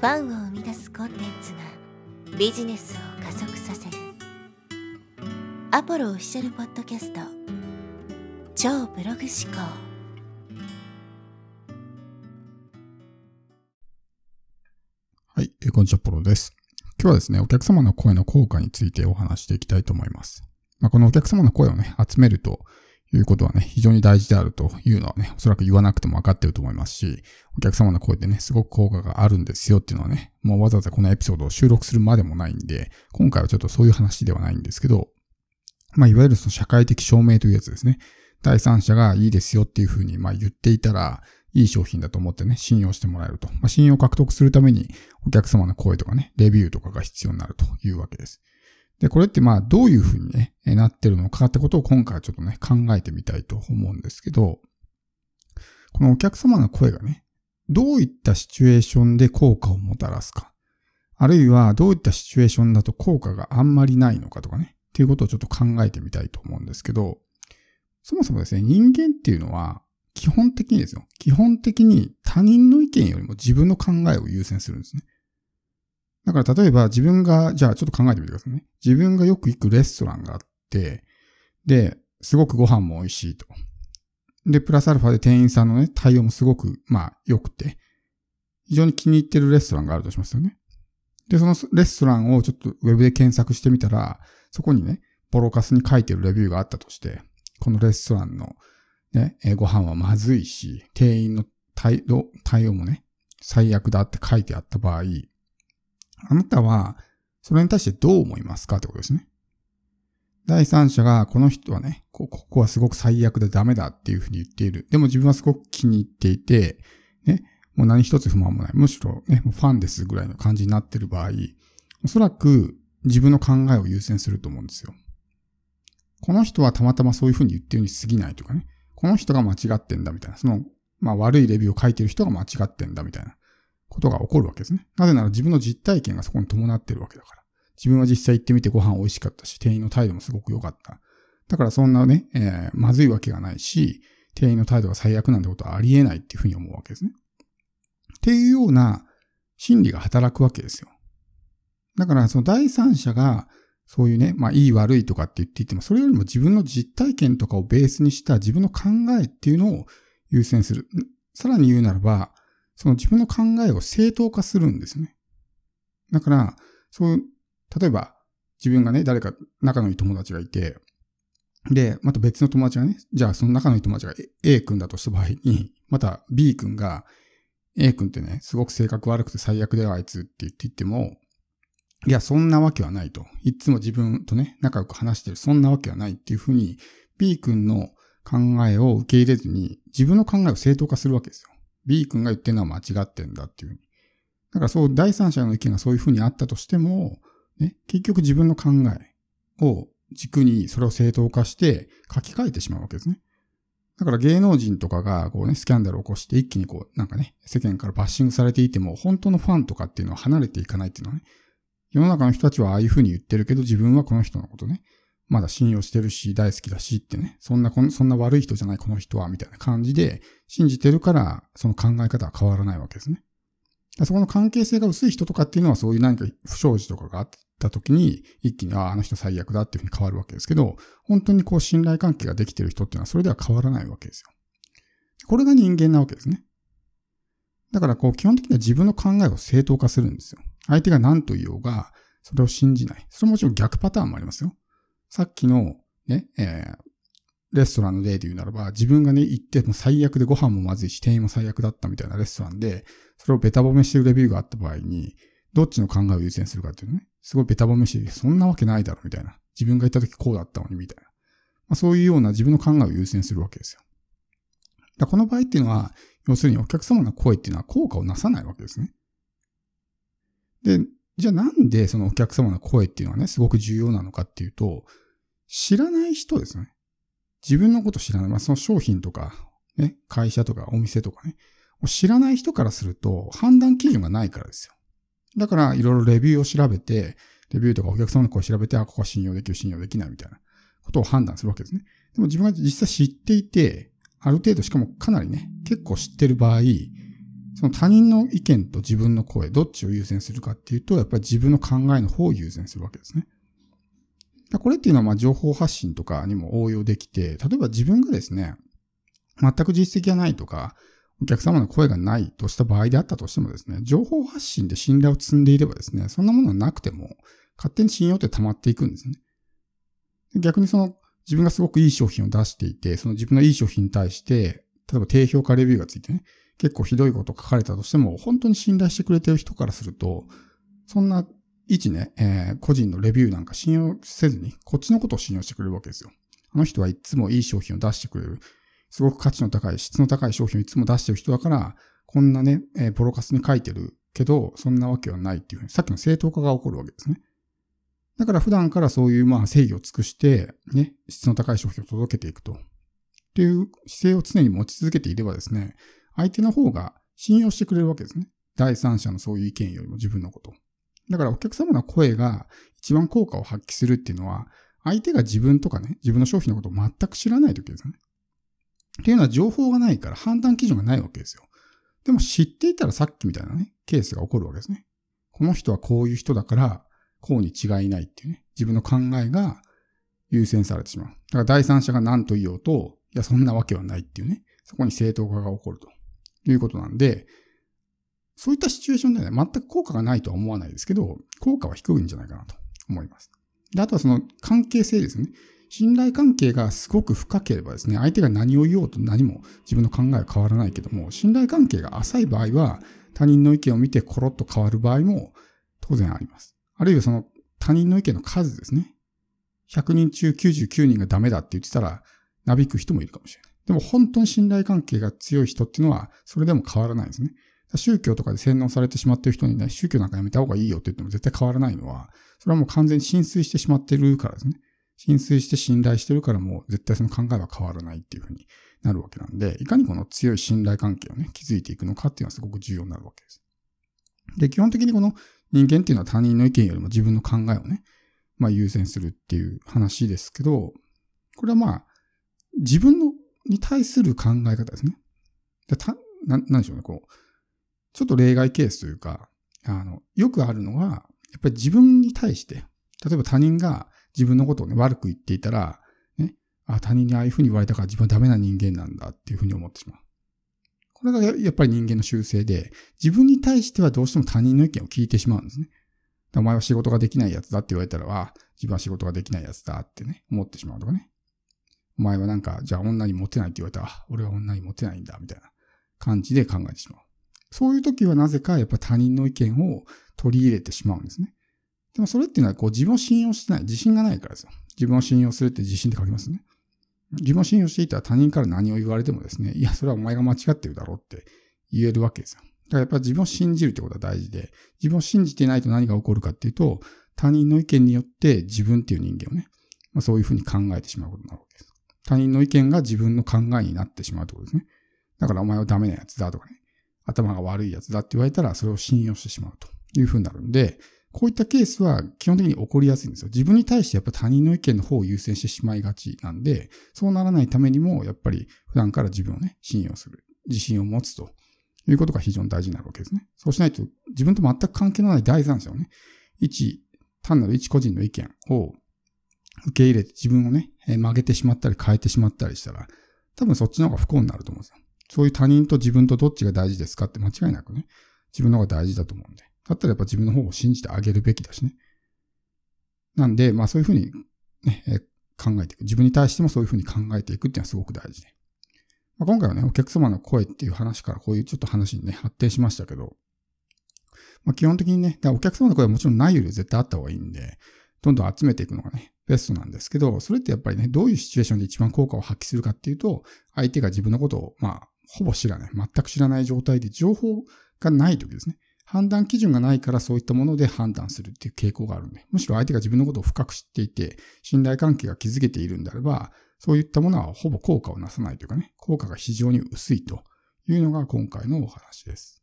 ファンを生み出すコンテンツがビジネスを加速させるアポロオフィシャルポッドキャスト超ブログ思考。 はい、こんにちは、ポロです。今日はですね、お客様の声の効果についてお話していきたいと思います。このお客様の声をね、集めるということはね、非常に大事であるというのはね、おそらく言わなくても分かっていると思いますし、お客様の声でね、すごく効果があるんですよっていうのはね、もうわざわざこのエピソードを収録するまでもないんで、今回はちょっとそういう話ではないんですけど、いわゆるその社会的証明というやつですね。第三者がいいですよっていうふうに言っていたら、いい商品だと思ってね、信用してもらえると。信用を獲得するために、お客様の声とかね、レビューとかが必要になるというわけです。で、これってどういうふうにね、なってるのかってことを今回はちょっとね、考えてみたいと思うんですけど、このお客様の声がね、どういったシチュエーションで効果をもたらすか、あるいはどういったシチュエーションだと効果があんまりないのかとかね、っていうことをちょっと考えてみたいと思うんですけど、そもそもですね、人間っていうのは、基本的に他人の意見よりも自分の考えを優先するんですね。だから例えば自分が、じゃあちょっと考えてみてくださいね。自分がよく行くレストランがあって、で、すごくご飯も美味しいと。で、プラスアルファで店員さんのね、対応もすごく、良くて、非常に気に入ってるレストランがあるとしますよね。で、そのレストランをちょっとウェブで検索してみたら、そこにね、ボロカスに書いてるレビューがあったとして、このレストランのね、ご飯はまずいし、店員の対応もね、最悪だって書いてあった場合、あなたは、それに対してどう思いますかってことですね。第三者が、この人はね、ここはすごく最悪でダメだっていうふうに言っている。でも自分はすごく気に入っていて、ね、もう何一つ不満もない。むしろね、もうファンですぐらいの感じになっている場合、おそらく自分の考えを優先すると思うんですよ。この人はたまたまそういうふうに言ってるに過ぎないとかね。この人が間違ってんだみたいな。その、悪いレビューを書いてる人が間違ってんだみたいなことが起こるわけですね。なぜなら自分の実体験がそこに伴ってるわけだから。自分は実際行ってみてご飯美味しかったし、店員の態度もすごく良かった。だからそんなね、まずいわけがないし、店員の態度が最悪なんてことはありえないっていうふうに思うわけですね。っていうような心理が働くわけですよ。だからその第三者がそういうね、いい悪いとかって言っていても、それよりも自分の実体験とかをベースにした自分の考えっていうのを優先する。さらに言うならば、その自分の考えを正当化するんですね。だから、例えば自分がね、誰か仲のいい友達がいて、で、また別の友達がね、じゃあその仲のいい友達が A 君だとした場合に、また B 君が A 君ってね、すごく性格悪くて最悪だよあいつって言っていっても、いや、そんなわけはないと。いつも自分とね、仲良く話してる。そんなわけはないっていうふうに、B 君の考えを受け入れずに、自分の考えを正当化するわけですよ。B 君が言ってるのは間違ってんだっていうふうに。だからそう、第三者の意見がそういうふうにあったとしても、ね、結局自分の考えを軸にそれを正当化して書き換えてしまうわけですね。だから芸能人とかがスキャンダルを起こして一気に世間からバッシングされていても、本当のファンとかっていうのは離れていかないっていうのはね、世の中の人たちはああいう風に言ってるけど、自分はこの人のことね、まだ信用してるし、大好きだしってね、そんな悪い人じゃないこの人は、みたいな感じで信じてるから、その考え方は変わらないわけですね。そこの関係性が薄い人とかっていうのは、そういう何か不祥事とかがあった時に、一気に、あの人最悪だっていう風に変わるわけですけど、本当に信頼関係ができてる人っていうのは、それでは変わらないわけですよ。これが人間なわけですね。だから基本的には自分の考えを正当化するんですよ。相手が何と言おうが、それを信じない。それもちろん逆パターンもありますよ。さっきのね、レストランの例で言うならば、自分がね、行っても最悪でご飯もまずいし、店員も最悪だったみたいなレストランで、それをベタ褒めしてるレビューがあった場合に、どっちの考えを優先するかっていうのね、すごいベタ褒めして、そんなわけないだろみたいな。自分が行った時こうだったのにみたいな。そういうような自分の考えを優先するわけですよ。この場合っていうのは、要するにお客様の声っていうのは効果をなさないわけですね。で、じゃあなんでそのお客様の声っていうのはね、すごく重要なのかっていうと、知らない人ですね。自分のこと知らない。その商品とか、ね、会社とかお店とかね、知らない人からすると判断基準がないからですよ。だからいろいろレビューを調べて、レビューとかお客様の声を調べて、ここは信用できる、信用できないみたいなことを判断するわけですね。でも自分が実際知っていて、ある程度しかもかなりね、結構知ってる場合、 その他人の意見と自分の声、どっちを優先するかっていうと、やっぱり自分の考えの方を優先するわけですね。これっていうのは情報発信とかにも応用できて、例えば自分がですね、全く実績がないとか、お客様の声がないとした場合であったとしてもですね、情報発信で信頼を積んでいればですね、そんなものはなくても、勝手に信用って溜まっていくんですね。逆に自分がすごくいい商品を出していて、その自分のいい商品に対して、例えば低評価レビューがついてね、結構ひどいこと書かれたとしても、本当に信頼してくれてる人からすると、そんな一ね、個人のレビューなんか信用せずに、こっちのことを信用してくれるわけですよ。あの人はいつもいい商品を出してくれる。すごく価値の高い、質の高い商品をいつも出してる人だから、こんなね、ボロカスに書いてるけど、そんなわけはないっていうふうに、さっきの正当化が起こるわけですね。だから普段からそういう正義を尽くして、ね、質の高い商品を届けていくと。っていう姿勢を常に持ち続けていればですね、相手の方が信用してくれるわけですね。第三者のそういう意見よりも自分のこと。だからお客様の声が一番効果を発揮するっていうのは、相手が自分とかね、自分の商品のことを全く知らないときですよね。っていうのは情報がないから判断基準がないわけですよ。でも知っていたらさっきみたいなね、ケースが起こるわけですね。この人はこういう人だから、こうに違いないっていうね、自分の考えが優先されてしまう。だから第三者が何と言おうと、いやそんなわけはないっていうね、そこに正当化が起こるということなんで、そういったシチュエーションでね、全く効果がないとは思わないですけど、効果は低いんじゃないかなと思います。で、あとはその関係性ですね。信頼関係がすごく深ければですね、相手が何を言おうと何も自分の考えは変わらないけども、信頼関係が浅い場合は、他人の意見を見てコロッと変わる場合も当然あります。あるいはその他人の意見の数ですね。100人中99人がダメだって言ってたら、なびく人もいるかもしれない。でも本当に信頼関係が強い人っていうのは、それでも変わらないんですね。宗教とかで洗脳されてしまっている人にね、宗教なんかやめた方がいいよって言っても絶対変わらないのは、それはもう完全に浸水してしまってるからですね。浸水して信頼してるからもう絶対その考えは変わらないっていうふうになるわけなんで、いかにこの強い信頼関係をね、築いていくのかっていうのはすごく重要になるわけです。で、基本的にこの人間っていうのは他人の意見よりも自分の考えをね、優先するっていう話ですけど、これは自分に対する考え方ですね。なんでしょうね、ちょっと例外ケースというか、よくあるのは、やっぱり自分に対して、例えば他人が自分のことをね、悪く言っていたら、ね、他人にああいうふうに言われたから自分はダメな人間なんだっていうふうに思ってしまう。これがやっぱり人間の習性で、自分に対してはどうしても他人の意見を聞いてしまうんですね。お前は仕事ができないやつだって言われたら、自分は仕事ができないやつだってね、思ってしまうとかね。お前はなんか、じゃあ女にモテないって言われたら、俺は女にモテないんだ、みたいな感じで考えてしまう。そういう時はなぜかやっぱ他人の意見を取り入れてしまうんですね。でもそれっていうのは自分を信用してない、自信がないからですよ。自分を信用するって自信って書きますね。自分を信用していたら他人から何を言われてもですね、いや、それはお前が間違ってるだろうって言えるわけですよ。だからやっぱり自分を信じるってことは大事で、自分を信じていないと何が起こるかっていうと、他人の意見によって自分っていう人間をね、そういうふうに考えてしまうことになるわけです。他人の意見が自分の考えになってしまうってことですね。だからお前はダメなやつだとかね、頭が悪いやつだって言われたらそれを信用してしまうというふうになるんで、こういったケースは基本的に起こりやすいんですよ。自分に対してやっぱ他人の意見の方を優先してしまいがちなんで、そうならないためにもやっぱり普段から自分をね、信用する、自信を持つということが非常に大事になるわけですね。そうしないと自分と全く関係のない第三者をね、単なる一個人の意見を受け入れて自分をね、曲げてしまったり変えてしまったりしたら、多分そっちの方が不幸になると思うんですよ。そういう他人と自分とどっちが大事ですかって間違いなくね、自分の方が大事だと思うんで。だったらやっぱ自分の方を信じてあげるべきだしね。なんで、そういうふうに、ね、考えていく。自分に対してもそういうふうに考えていくっていうのはすごく大事で。今回はね、お客様の声っていう話からこういうちょっと話にね、発展しましたけど、基本的にね、お客様の声はもちろんないより絶対あった方がいいんで、どんどん集めていくのがね、ベストなんですけど、それってやっぱりね、どういうシチュエーションで一番効果を発揮するかっていうと、相手が自分のことを、ほぼ知らない、全く知らない状態で情報がない時ですね。判断基準がないからそういったもので判断するっていう傾向があるんで、むしろ相手が自分のことを深く知っていて、信頼関係が築けているんであれば、そういったものはほぼ効果をなさないというかね、効果が非常に薄いというのが今回のお話です。